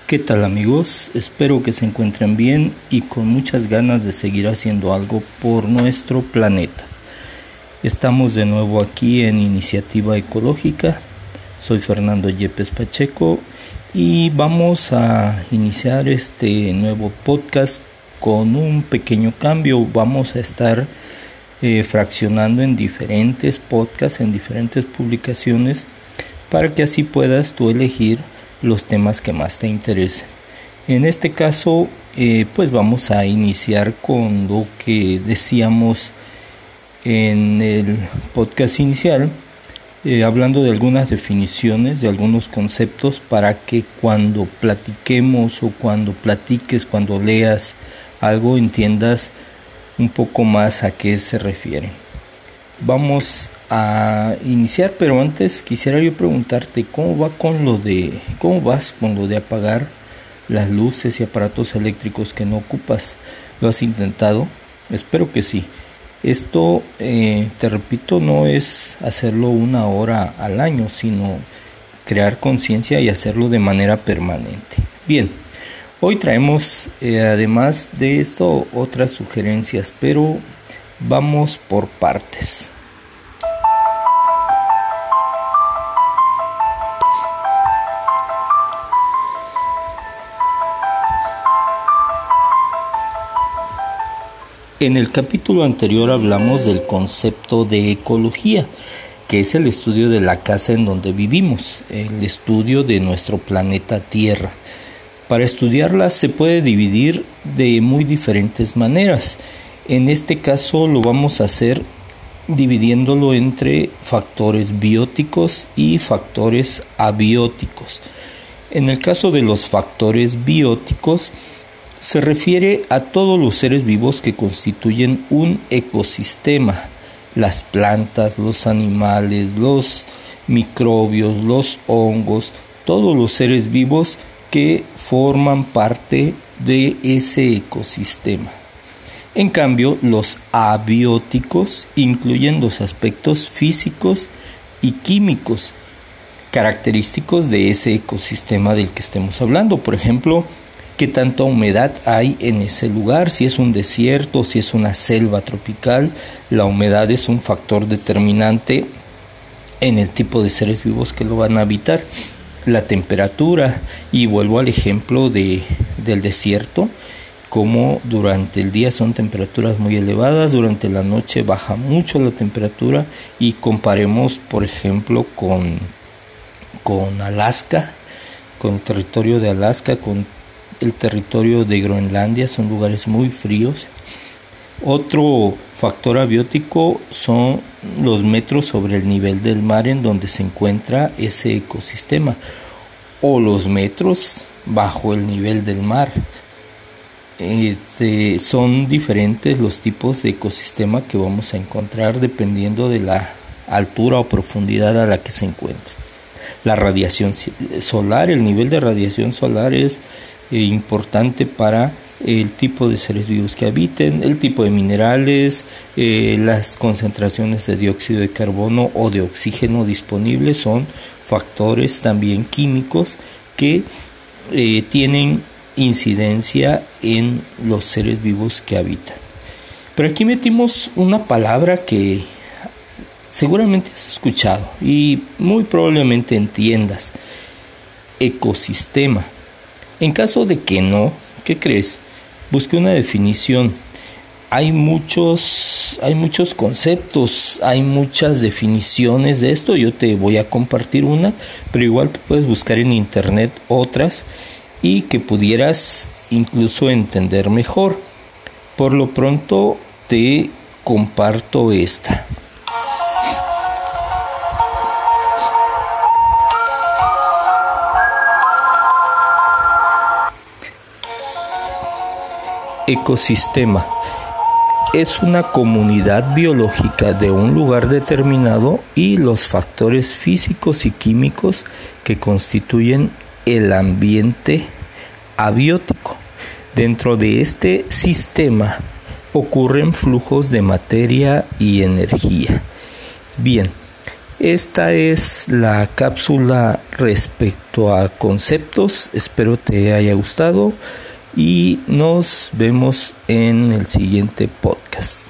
¿Qué tal amigos? Espero que se encuentren bien y con muchas ganas de seguir haciendo algo por nuestro planeta. Estamos de nuevo aquí en Iniciativa Ecológica. Soy Fernando Yepes Pacheco y vamos a iniciar este nuevo podcast con un pequeño cambio. Vamos a estar fraccionando en diferentes podcasts, en diferentes publicaciones, para que así puedas tú elegir los temas que más te interesen. En este caso, pues vamos a iniciar con lo que decíamos en el podcast inicial, hablando de algunas definiciones, de algunos conceptos, para que cuando platiquemos o cuando platiques, cuando leas algo, entiendas un poco más a qué se refiere. Vamos a iniciar, pero antes quisiera yo preguntarte cómo vas con lo de apagar las luces y aparatos eléctricos que no ocupas. ¿Lo has intentado? Espero que sí. Esto, te repito, no es hacerlo una hora al año, sino crear conciencia y hacerlo de manera permanente. Bien, hoy traemos, además de esto, otras sugerencias, pero vamos por partes. En el capítulo anterior hablamos del concepto de ecología, que es el estudio de la casa en donde vivimos, el estudio de nuestro planeta Tierra. Para estudiarla se puede dividir de muy diferentes maneras. En este caso lo vamos a hacer dividiéndolo entre factores bióticos y factores abióticos. En el caso de los factores bióticos, se refiere a todos los seres vivos que constituyen un ecosistema: las plantas, los animales, los microbios, los hongos, todos los seres vivos que forman parte de ese ecosistema. En cambio, los abióticos incluyen los aspectos físicos y químicos característicos de ese ecosistema del que estemos hablando. Por ejemplo, qué tanta humedad hay en ese lugar, si es un desierto, si es una selva tropical. La humedad es un factor determinante en el tipo de seres vivos que lo van a habitar. La temperatura, y vuelvo al ejemplo del desierto, como durante el día son temperaturas muy elevadas, durante la noche baja mucho la temperatura, y comparemos por ejemplo con Alaska, con el territorio de Alaska, con el territorio de Groenlandia. Son lugares muy fríos. Otro factor abiótico son los metros sobre el nivel del mar en donde se encuentra ese ecosistema, o los metros bajo el nivel del mar. Son diferentes los tipos de ecosistema que vamos a encontrar dependiendo de la altura o profundidad a la que se encuentra. La radiación solar, el nivel de radiación solar es importante para el tipo de seres vivos que habiten, el tipo de minerales, las concentraciones de dióxido de carbono o de oxígeno disponibles son factores también químicos que tienen incidencia en los seres vivos que habitan. Pero aquí metimos una palabra que seguramente has escuchado y muy probablemente entiendas: ecosistema. En caso de que no, ¿qué crees? Busqué una definición. Hay muchos conceptos, hay muchas definiciones de esto. Yo te voy a compartir una, pero igual tú puedes buscar en internet otras y que pudieras incluso entender mejor. Por lo pronto te comparto esta. Ecosistema es una comunidad biológica de un lugar determinado y los factores físicos y químicos que constituyen el ambiente abiótico. Dentro de este sistema ocurren flujos de materia y energía. Bien, Esta es la cápsula respecto a conceptos. Espero te haya gustado y nos vemos en el siguiente podcast.